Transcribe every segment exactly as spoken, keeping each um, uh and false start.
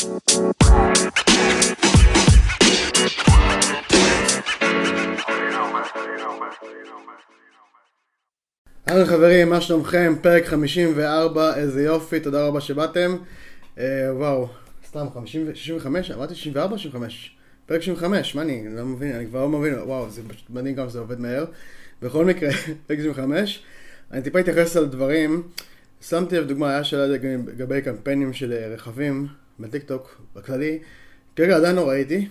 אהלן חברים, מה שלומכם? פרק חמישים וארבע, איזה יופי, תודה רבה שבאתם. אה, וואו, סתם, חמישים, שישים וחמש? אמרתי שישים וארבע, שישים וחמש. פרק שישים וחמש, מה אני לא מבין, אני כבר לא מבין, וואו, זה פשוט מדהים גם שזה עובד מהר. בכל מקרה, פרק שישים וחמש, אני טיפה אתייחס על דברים. שמתי לב דוגמה, היה שאלה לגבי קמפיינים של רכבים בטיקטוק, בכללי. כרגע עדיין לא ראיתי,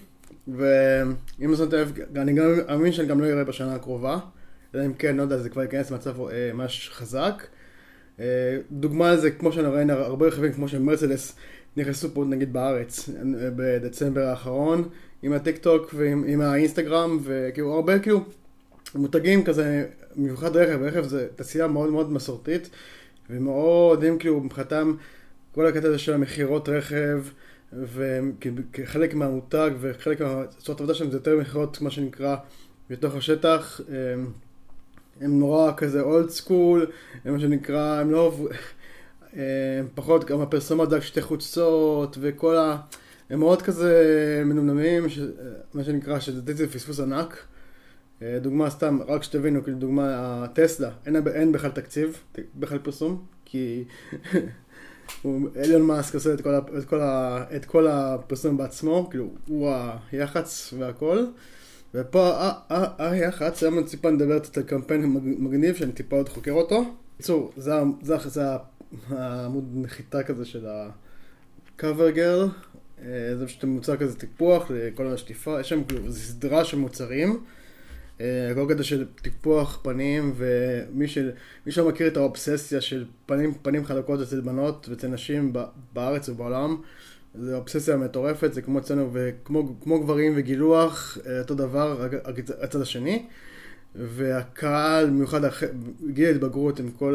ואם שמתי לב, אני גם מאמין שאני גם לא אראה בשנה הקרובה. אלא אם כן, לא יודע, זה כבר ייכנס למצב אה, ממש חזק. אה, דוגמה לזה, כמו שאני רואה, הרבה רכבים כמו שמרצדס נכנסו פה נגיד בארץ בדצמבר האחרון, עם הטיקטוק ועם עם האינסטגרם, וכאילו הרבה כאילו מותגים כזה, במיוחד רכב, רכב זה תעשייה מאוד מאוד מסורתית, ומאוד, אם כאילו מבחינתם, כל הקטע הזה של המחירות רכב, וכחלק מהמותג וחלק מהצורת עבודה שלהם זה יותר מחירות, מה שנקרא, בתוך השטח, הם נורא כזה אולד סקול, הם מה שנקרא, הם לא, הם פחות גם הפרסומות דג שתי חוצות וכל ה... הם מאוד כזה מנומנמים, ש... מה שנקרא, שזה זה פספוס ענק. דוגמה סתם, רק שתבינו, כאילו דוגמה, הטסלה, אין, אין בכלל תקציב, בכלל פרסום, כי אילון מאסק עושה את כל, ה... את כל, ה... את כל הפרסום בעצמו, כאילו הוא היח"צ והכל. ופה היח"צ, היום אני טיפה נדבר קצת על קמפיין מגניב שאני טיפה עוד חוקר אותו. בקיצור, זה, זה, זה העמוד נחיתה כזה של ה-cover girl. זה פשוט מוצר כזה טיפוח לכל השטיפה. יש שם כאילו סדרה של מוצרים. כל כזה של טיפוח פנים, ומי של, מי שלא מכיר את האובססיה של פנים, פנים חלקות אצל בנות ואצל נשים בארץ ובעולם, זה אובססיה מטורפת, זה כמו אצלנו, וכמו כמו גברים וגילוח, אותו דבר, הצד השני. והקהל, במיוחד הגיע להתבגרות עם כל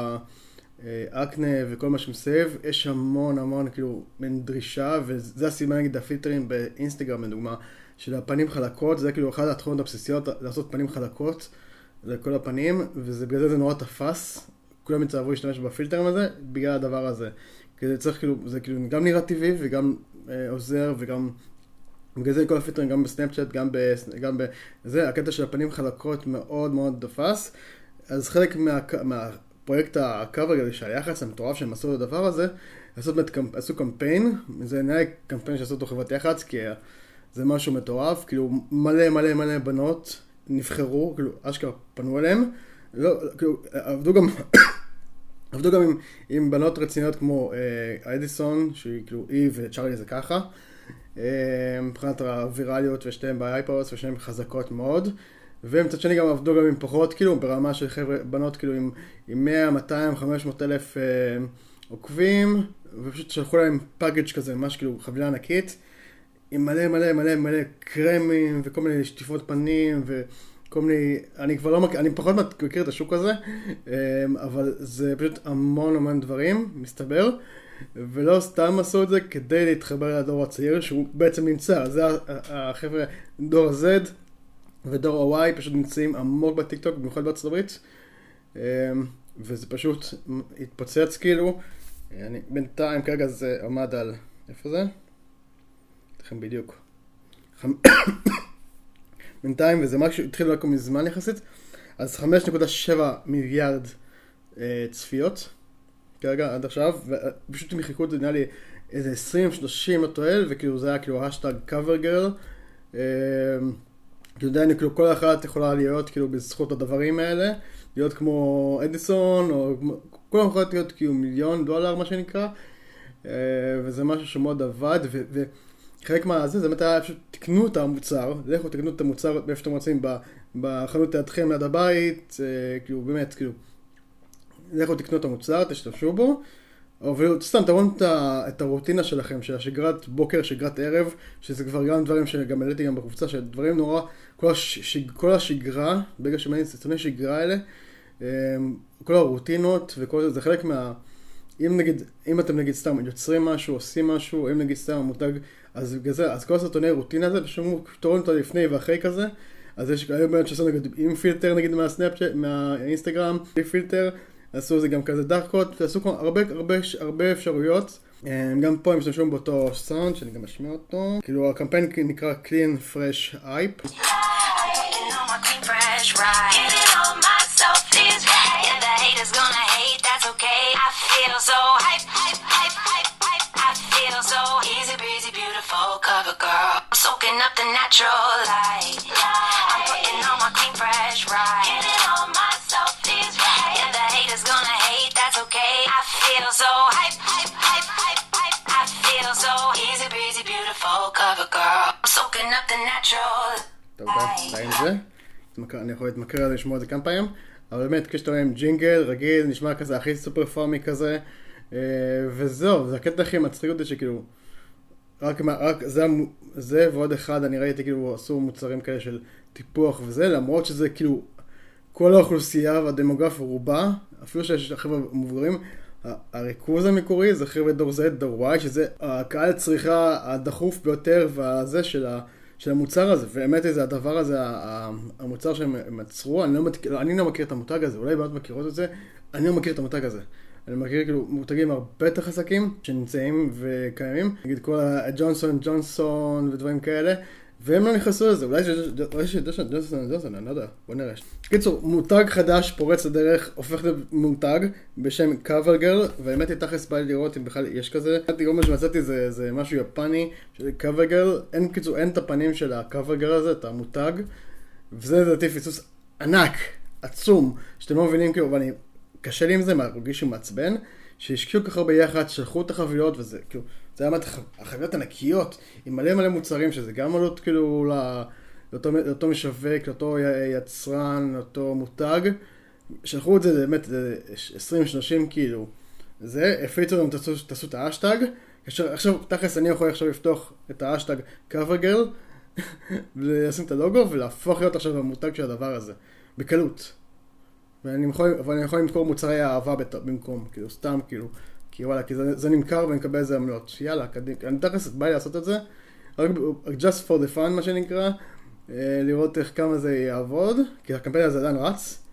האקנה וכל מה שמסביב, יש המון המון כאילו מן דרישה, וזה הסיבה נגיד הפילטרים באינסטגרם לדוגמה, של הפנים חלקות, זה כאילו אחת התכונות הבסיסיות, לעשות פנים חלקות לכל הפנים, וזה בגלל זה זה נורא תפס, כולם יצטרכו להשתמש בפילטרים הזה, בגלל הדבר הזה. כי זה צריך כאילו, זה כאילו גם נראה טבעי וגם אה, עוזר וגם, בגלל זה כל הפילטרים גם בסנאפצ'אט, גם ב... גם ב... זה, הקטע של הפנים חלקות מאוד מאוד תפס, אז חלק מה, מהפרויקט הקאבר הזה של היח"צ המטורף שהם עשו לדבר הזה, עשו, קמפ... עשו קמפיין, זה נראה קמפיין שעשו אותו חברת יח"צ, כי זה משהו מטורף, כאילו מלא מלא מלא בנות נבחרו, כאילו אשכרה פנו אליהם, לא, כאילו עבדו גם... עבדו גם עם, עם בנות רציניות כמו אה, אדיסון, שהיא כאילו היא וצ'ארלי זה ככה, אה, מבחינת הווירליות ושתיהם באייפאוס ושתיהם חזקות מאוד, ומצד שני גם עבדו גם עם פחות, כאילו ברמה של חבר'ה, בנות כאילו עם, עם מאה, מאתיים, חמש מאות אלף אה, עוקבים, ופשוט שלחו להם פאגג' כזה, ממש כאילו חבילה ענקית, עם מלא מלא מלא מלא קרמים וכל מיני שטיפות פנים ו... כל מיני, אני כבר לא מכיר, אני פחות מכיר את השוק הזה, אבל זה פשוט המון המון דברים, מסתבר, ולא סתם עשו את זה כדי להתחבר לדור הצעיר, שהוא בעצם נמצא, זה החבר'ה, דור ה-Z ודור ה-Y פשוט נמצאים עמוק בטיקטוק, במיוחד בארצות הברית, וזה פשוט התפוצץ כאילו, אני, בינתיים כרגע זה עמד על, איפה זה? אתכם בדיוק. בינתיים, וזה משהו שהתחיל לקום מזמן יחסית, אז חמש נקודה שבע מיליארד אה, צפיות, כרגע עד עכשיו, ופשוט הם יחיקו את זה, נראה לי איזה עשרים שלושים לטועל, וכאילו זה היה כאילו השטג cover girl, אה, כאילו דיינו, כאילו כל אחת יכולה להיות כאילו בזכות הדברים האלה, להיות כמו אדיסון, או כל אחת להיות כאילו מיליון דולר מה שנקרא, אה, וזה משהו שמאוד עבד, ו... ו חלק מהזה, זה באמת היה פשוט תקנו את המוצר, לכו תקנו את המוצר באיפה שאתם רוצים, בחנות לידכם ליד הבית, כאילו באמת, כאילו, לכו תקנו את המוצר, תשתמשו בו, אבל סתם תראו את הרוטינה שלכם, של השגרת בוקר, שגרת ערב, שזה כבר גם דברים שגם העליתי גם בקבוצה, שדברים נורא, כל, השג, כל השגרה, ברגע שמעניין סרטוני שגרה האלה, כל הרוטינות וכל זה, זה חלק מה... אם נגיד, אם אתם נגיד סתם יוצרים משהו, עושים משהו, אם נגיד סתם המותג, אז גזה, אז כל הסרטוני רוטינה הזה, ושמו תורים אותו לפני ואחרי כזה, אז יש היום באמת שעשו נגיד עם פילטר נגיד מהסנאפצ'אט, מהאינסטגרם, בלי פילטר, עשו זה גם כזה דארקות, עשו הרבה, הרבה, הרבה אפשרויות גם פה הם משתמשים באותו סאונד שאני גם אשמיע אותו. כאילו הקמפיין נקרא Clean Fresh Hype. Cover girl, I'm soaking up the natural light. I'm putting on my clean fresh ride. Getting on myself is right. And the haters gonna hate, that's okay. I feel so hype, hype, hype, hype, hype. I feel so easy breezy beautiful cover girl. I'm soaking up the natural light. טוב, די עם זה. אני יכול להתמכר על לשמוע את זה כמה פעמים. אבל באמת, כשאתה רואה עם ג'ינגל רגיל, נשמע כזה הכי סופר פארמי כזה. וזהו, זה הקטע הכי מצחיק אותי שכאילו רק, רק זה, זה ועוד אחד, אני ראיתי כאילו עשו מוצרים כאלה של טיפוח וזה, למרות שזה כאילו כל האוכלוסייה והדמוגרף רובה, אפילו שיש חבר'ה מבוגרים, הריכוז המקורי זה חבר'ה דור Z, דור Y, שזה הקהל צריכה הדחוף ביותר והזה של, ה, של המוצר הזה, ובאמת זה הדבר הזה, המוצר שהם יצרו, אני לא, אני לא מכיר את המותג הזה, אולי באמת מכירות את זה, אני לא מכיר את המותג הזה. אני מכיר כאילו מותגים הרבה יותר חזקים שנמצאים וקיימים, נגיד כל הג'ונסון ג'ונסון ודברים כאלה, והם לא נכנסו לזה, אולי שג'ונסון ג'ונסון ג'ונסון, אני לא יודע, בוא נראה. קיצור, מותג חדש פורץ לדרך, הופך למותג בשם קאברגרל, והאמת היא תכלס בא לי לראות אם בכלל יש כזה. תראו מה שמצאתי זה, זה משהו יפני של קאברגרל, אין קיצור, אין את הפנים של הקאברגרל הזה, את המותג, וזה לדעתי פיצוץ ענק, עצום, שאתם לא מבינים כאילו, ואני קשה לי עם זה, מרגיש מעצבן, שהשקיעו ככה ביחד, שלחו את החבילות, וזה כאילו, זה היה החבילות ענקיות, עם מלא מלא מוצרים, שזה גם עלות כאילו לאותו, לאותו משווק, לאותו יצרן, לאותו מותג, שלחו את זה באמת עשרים שלושים כאילו, זה, הפיצו them, תעשו, תעשו את האשטג, עכשיו, תכלס אני יכול עכשיו לפתוח את האשטג קאברגרל, ולשים את הלוגו, ולהפוך להיות עכשיו המותג של הדבר הזה, בקלות. ואני יכול, אבל אני יכול למכור מוצרי אהבה במקום, כאילו, סתם, כאילו, כי וואלה, כי זה, זה נמכר ואני מקבל איזה עמלות. יאללה, קדימה. אני תכף בא לי לעשות את זה, רק just for the fun, מה שנקרא, לראות איך כמה זה יעבוד, כי הקמפיין הזה עדיין רץ,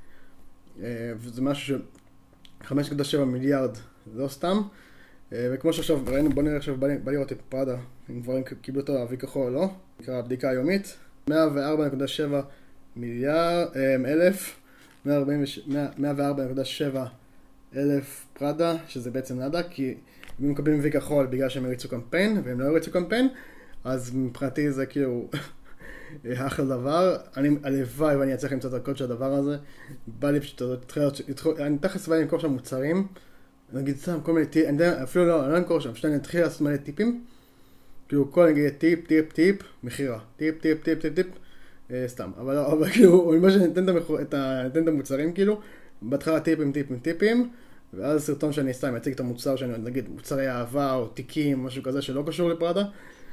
וזה משהו ש... חמש נקודה שבע מיליארד, זה לא סתם, וכמו שעכשיו ראינו, בוא נראה עכשיו, בא לראות את פראדה, אם דברים קיבלו אותו אבי כחול או לא, נקרא הבדיקה היומית, מאה וארבע נקודה שבע מיליארד, אלף, מאה וארבע נקודה שבע אלף פראדה, שזה בעצם נדע, כי הם מקבלים וי כחול בגלל שהם הריצו קמפיין, והם לא הריצו קמפיין, אז מבחינתי זה כאילו אחלה דבר. אני הלוואי ואני אצליח למצוא את הקוד של הדבר הזה, בא לי פשוט, אני תכף בא לי למכור שם מוצרים, נגיד סתם כל מיני טיפ, אפילו לא, אני לא אמכור שם, שאני אתחיל לעשות מלא טיפים, כאילו כל נגיד טיפ, טיפ, טיפ, מחירה, טיפ, טיפ, טיפ, טיפ, טיפ, כאילו, אבל, אבל כאילו, מה שאני אתן את המוצרים, כאילו, בהתחלה טיפים, טיפים, טיפים, ואז סרטון שאני סתם אציג את המוצר שאני, נגיד, מוצרי אהבה או תיקים, משהו כזה שלא קשור לפראדה,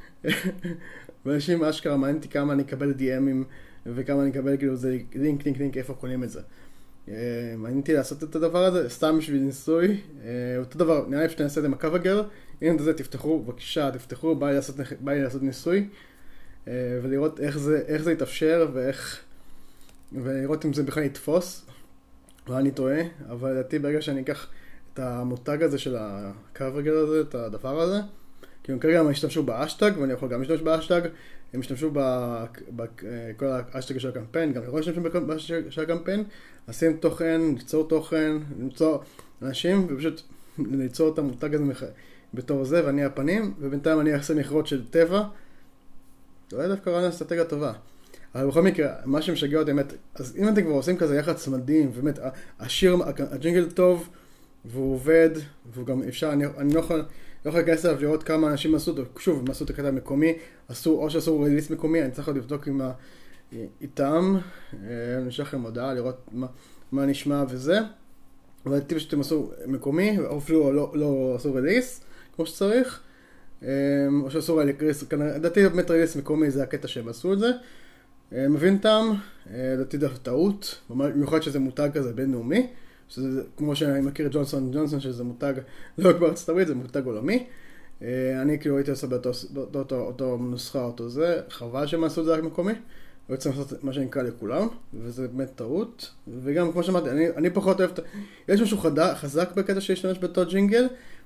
ואנשים אשכרה מעניינתי כמה אני אקבל די אמים, וכמה אני אקבל, כאילו, זה לינק, לינק, לינק, איפה קונים את זה. מעניינתי לעשות את הדבר הזה, סתם בשביל ניסוי, אותו דבר, נראה לי שאני אעשה את זה עם הקאברגרל, הנה את זה, תפתחו, בבקשה, תפתחו, בא לי לעשות, בא לי לעשות ניסוי, ולראות איך זה, איך זה יתאפשר, ואיך, ולראות אם זה בכלל יתפוס, ואני טועה, אבל לדעתי ברגע שאני אקח את המותג הזה של הקאברגרל הזה, את הדבר הזה, כי הם כרגע השתמשו באשטג, ואני יכול גם להשתמש באשטג, הם השתמשו בכל האשטג של הקמפיין, גם יכול להשתמש באשטג של הקמפיין, לשים תוכן, ליצור תוכן, למצוא אנשים, ופשוט ליצור את המותג הזה בתור זה, ואני הפנים, ובינתיים אני אעשה מכירות של טבע, לא יודע דווקא רעיון אסטרטגיה טובה. אבל בכל מקרה, מה שמשגע אותי, באמת, אז אם אתם כבר עושים כזה יח"צ מדהים, באמת, השיר, הג'ינגל טוב, והוא עובד, והוא גם אפשר, אני, אני לא יכול, לא יכול להיכנס אליו לראות כמה אנשים עשו אותו, שוב, הם עשו את הקטע המקומי, עשו, או שעשו רליס מקומי, אני צריך לבדוק עם ה, איתם, אני אשלח לכם הודעה, לראות מה, מה נשמע וזה, אבל טבעי שאתם עשו מקומי, או אפילו לא, לא עשו רליס, כמו שצריך, או שעשו רליס, לדעתי באמת רליס מקומי זה הקטע שהם עשו את זה, מבין טעם, לדעתי דרך טעות, במיוחד שזה מותג כזה בינלאומי, שזה כמו שאני מכיר את ג'ונסון ג'ונסון, שזה מותג לא רק בארצות הברית, זה מותג עולמי. אני כאילו הייתי עושה באותו נוסחה, אותו זה, חבל שהם עשו את זה רק מקומי, בעצם לעשות מה שנקרא לכולם, וזה באמת טעות. וגם כמו שאמרתי, אני, אני פחות אוהב, יש משהו חזק בקטע שישתמש באותו ג'ינגל,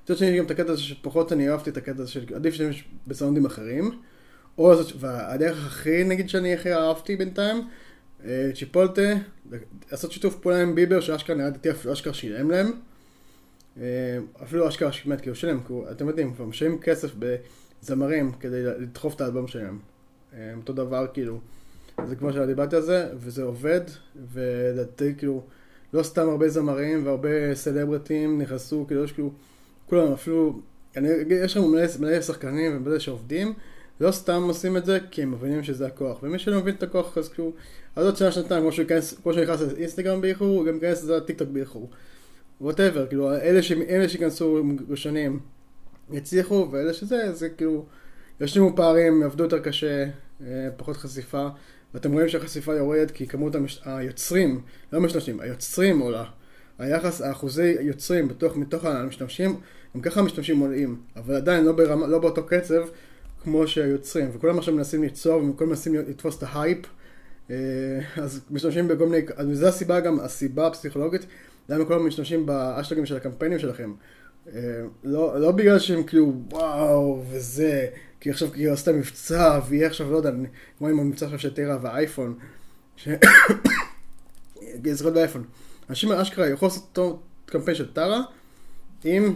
מצד שני גם את הקטע הזה שפחות אני אהבתי את הקטע הזה של עדיף להשתמש בסאונדים אחרים, או לעשות, והדרך הכי נגיד שאני הכי אהבתי בינתיים, צ'יפולטה, לעשות שיתוף פעולה עם ביבר שאשכרה נראה דתי אפילו אשכרה שילם להם, אפילו אשכרה שכמעט כאילו שלם, אתם יודעים, כבר משלמים כסף בזמרים כדי לדחוף את האלבום שלהם, אותו דבר כאילו, זה כמו שדיברתי על זה, וזה עובד, ולדעתי כאילו, לא סתם הרבה זמרים והרבה סלבריטים נכנסו, כאילו יש כאילו, כולם אפילו, אני, יש לנו מלא, מלא שחקנים ומלא שעובדים, לא סתם עושים את זה כי הם מבינים שזה הכוח, ומי שלא מבין את הכוח אז כאילו, אז עוד שנה שנתיים, כמו שנכנס לאינסטגרם באיחור, הוא גם יכנס לזה לטיקטוק באיחור. whatever, כאילו, אלה, ש... אלה שכנסו ראשונים יצליחו, ואלה שזה, זה כאילו, ישלימו פערים, יעבדו יותר קשה, פחות חשיפה, ואתם רואים שהחשיפה יורדת כי כמות המש... היוצרים, לא משתמשים, היוצרים עולה. היחס, האחוזי יוצרים בתוך, מתוך המשתמשים, הם ככה המשתמשים עולים, אבל עדיין לא, ברמה, לא באותו קצב כמו שהיוצרים, וכולם עכשיו מנסים ליצור, וכולם מנסים לתפוס את ההייפ, אז משתמשים בכל מיני, אז זו הסיבה גם, הסיבה הפסיכולוגית, למה כולם משתמשים באשטגים של הקמפיינים שלכם. לא, לא בגלל שהם כאילו וואו וזה, כי עכשיו כאילו עשתה מבצע, ויהיה עכשיו לא יודע, כמו עם המבצע עכשיו של טירה והאייפון, זכות באייפון. אנשים אשכרה יכול לעשות אותו קמפיין של טירה, עם,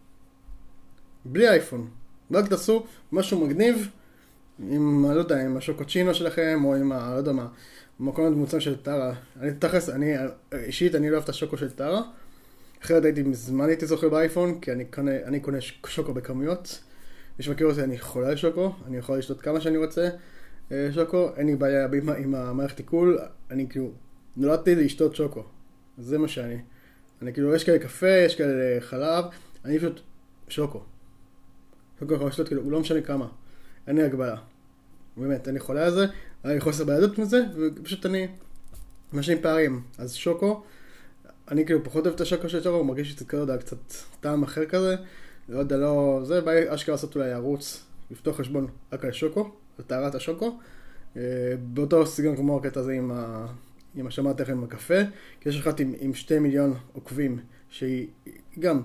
בלי אייפון. רק תעשו משהו מגניב, עם, לא יודע, עם השוקוצ'ינו שלכם, או עם, לא יודע מה, מקום המוצאים של טירה. אני תכלס, אני, אישית, אני לא אוהב את השוקו של טירה. אחרת הייתי מזמן הייתי זוכר באייפון, כי אני קונה, אני קונה שוקו בכמויות. מי שמכיר אותי, אני חולה שוקו, אני יכול לשתות כמה שאני רוצה שוקו. אין לי בעיה עם, עם המערכת עיכול, אני כאילו, נולדתי לשתות שוקו. זה מה שאני. אני כאילו, יש כאלה קפה, יש כאלה חלב, אני פשוט שוקו. שוקו יכול לשתות, כאילו, הוא לא משנה כמה. אין לי הגבלה. באמת, אני חולה על זה, אני חוסר ביהדות מזה, ופשוט אני משנים פערים. אז שוקו, אני כאילו פחות אוהב את השוקו של שוקו, הוא מרגיש שזה כזה קצת טעם אחר כזה, לא יודע, לא, זה בעיה אשכרה לעשות אולי ערוץ, לפתוח חשבון רק על שוקו, על טהרת השוקו, באותו סגנון כמו הקטע הזה עם, ה... עם השמעת לכם עם הקפה, כי יש אחת עם, עם שתי מיליון עוקבים, שהיא גם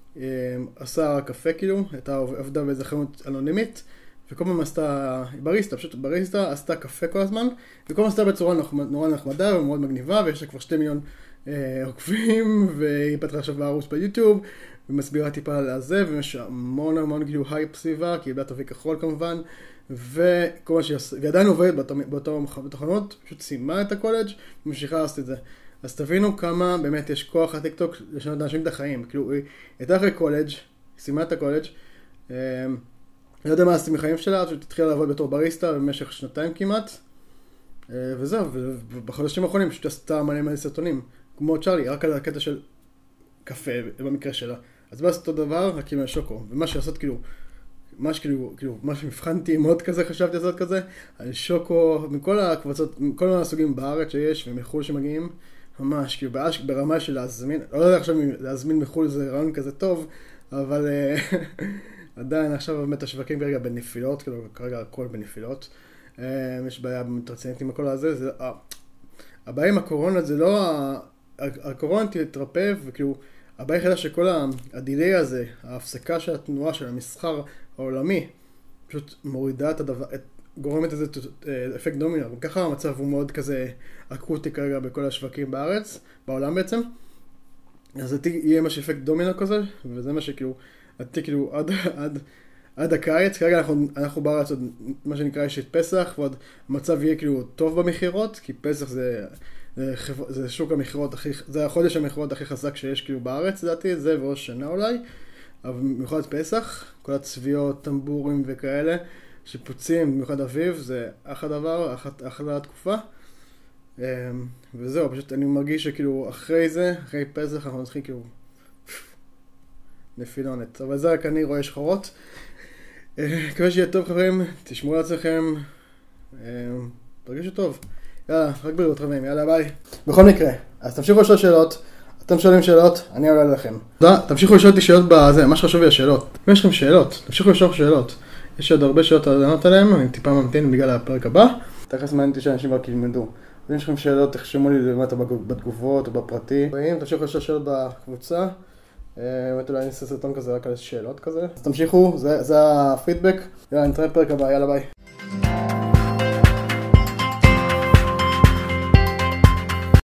עשה קפה כאילו, הייתה עבדה באיזה חנות אנונימית, וכל פעם עשתה, בריסטה, פשוט בריסטה עשתה קפה כל הזמן, וכל פעם עשתה בצורה נורא נחמדה ומאוד מגניבה, ויש לה כבר שתי מיליון עוקבים, והיא פתחה עכשיו בערוץ ביוטיוב, ומסבירה טיפה על זה, ויש המון המון כאילו הייפ סביבה, כי היא בלעת אבי כחול כמובן, וכל מה שהיא עושה, והיא עדיין עובדת באותו תחנות, פשוט סיימה את הקולג' וממשיכה לעשות את זה. אז תבינו כמה באמת יש כוח הטיקטוק לשנות אנשים את החיים, כאילו היא הייתה אחרי קולג', היא סיימה את הקולג', אני לא יודע מה עשיתי מחיים שלה, אז היא התחילה לעבוד בתור בריסטה במשך שנתיים כמעט, וזהו, ובחודשים האחרונים פשוט עשתה מלא מלא סרטונים, כמו צ'רלי, רק על הקטע של קפה במקרה שלה. אז בא לעשות אותו דבר, רק עם השוקו, ומה שעשות כאילו, מה שכאילו, כאילו, מה שמבחנתי מאוד כזה, חשבתי לעשות כזה, על שוקו, מכל הקבוצות, מכל הסוגים בארץ שיש, ומחול שמגיעים, ממש, כאילו, ברמה של להזמין, לא יודע עכשיו להזמין מחול זה רעיון כזה טוב, אבל עדיין עכשיו באמת השווקים כרגע בנפילות, כאילו, כרגע הכל בנפילות, יש בעיה מתרצנית עם הכל הזה, זה, הבעיה עם הקורונה זה לא, הקורונה תתרפא, וכאילו, הבעיה היחידה שכל הדילי הזה, ההפסקה של התנועה של המסחר העולמי, פשוט מורידה את הדבר, גורמת איזה אפקט דומינו, וככה המצב הוא מאוד כזה אקוטי כרגע בכל השווקים בארץ, בעולם בעצם, אז זה יהיה משהו אפקט דומינו כזה, וזה מה שכאילו, עד, כאילו, עד, עד, עד הקיץ, כרגע אנחנו, אנחנו בארץ עוד מה שנקרא יש את פסח, ועוד המצב יהיה כאילו טוב במחירות, כי פסח זה, זה, זה שוק המחירות הכי, זה החודש המחירות הכי חזק שיש כאילו בארץ, לדעתי, זה ועוד שנה אולי, אבל במיוחד פסח, כל הצביעות, טמבורים וכאלה, שפוצים, במיוחד אביב, זה אחת הדבר, אחת, אחת התקופה, וזהו, פשוט אני מרגיש שכאילו אחרי זה, אחרי פסח, אנחנו נתחיל כאילו נפילונת, אבל זה רק אני רואה שחורות. מקווה שיהיה טוב חברים, תשמעו לעצמכם, תרגישו טוב. יאללה, רק בריאות חברים, יאללה ביי. בכל מקרה, אז תמשיכו לשאול שאלות, אתם שואלים שאלות, אני עולה לכם. תודה, תמשיכו לשאול אותי שאלות בזה, מה שחשוב לי השאלות. אם יש לכם שאלות, תמשיכו לשאול שאלות. יש עוד הרבה שאלות לענות עליהן, אני טיפה ממתין בגלל הפרק הבא. תכף מעניין אותי שאנשים רק ילמדו. ואם יש לכם שאלות, תחשמו לי למטה בתגובות או בפרטי. ואם תמשיכו לשאול שאלות בקבוצה, באמת אולי אני אעשה סרטון כזה רק על שאלות כזה. אז תמשיכו, זה הפידבק. יאללה, נתראה בפרק הבא, יאללה ביי.